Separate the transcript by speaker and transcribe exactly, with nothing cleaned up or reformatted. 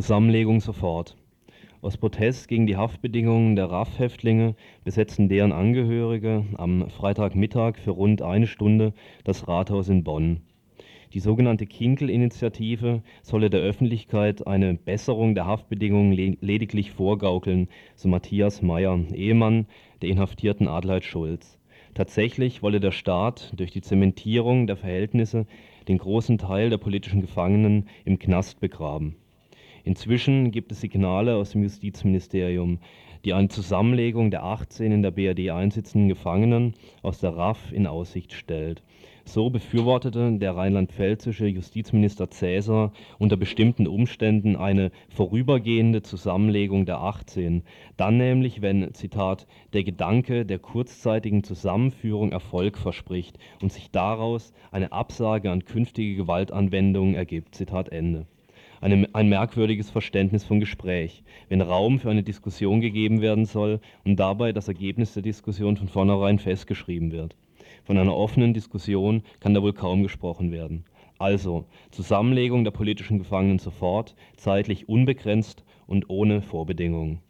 Speaker 1: Zusammenlegung sofort. Aus Protest gegen die Haftbedingungen der R A F-Häftlinge besetzten deren Angehörige am Freitagmittag für rund eine Stunde das Rathaus in Bonn. Die sogenannte Kinkel-Initiative solle der Öffentlichkeit eine Besserung der Haftbedingungen le lediglich vorgaukeln, so Matthias Meyer, Ehemann der inhaftierten Adelheid Schulz. Tatsächlich wolle der Staat durch die Zementierung der Verhältnisse den großen Teil der politischen Gefangenen im Knast begraben. Inzwischen gibt es Signale aus dem Justizministerium, die eine Zusammenlegung der achtzehn in der B R D einsitzenden Gefangenen aus der R A F in Aussicht stellt. So befürwortete der rheinland-pfälzische Justizminister Caesar unter bestimmten Umständen eine vorübergehende Zusammenlegung der achtzehn, dann nämlich, wenn, Zitat, der Gedanke der kurzzeitigen Zusammenführung Erfolg verspricht und sich daraus eine Absage an künftige Gewaltanwendungen ergibt, Zitat Ende. Eine, ein merkwürdiges Verständnis von Gespräch, wenn Raum für eine Diskussion gegeben werden soll und dabei das Ergebnis der Diskussion von vornherein festgeschrieben wird. Von einer offenen Diskussion kann da wohl kaum gesprochen werden. Also Zusammenlegung der politischen Gefangenen sofort, zeitlich unbegrenzt und ohne Vorbedingungen.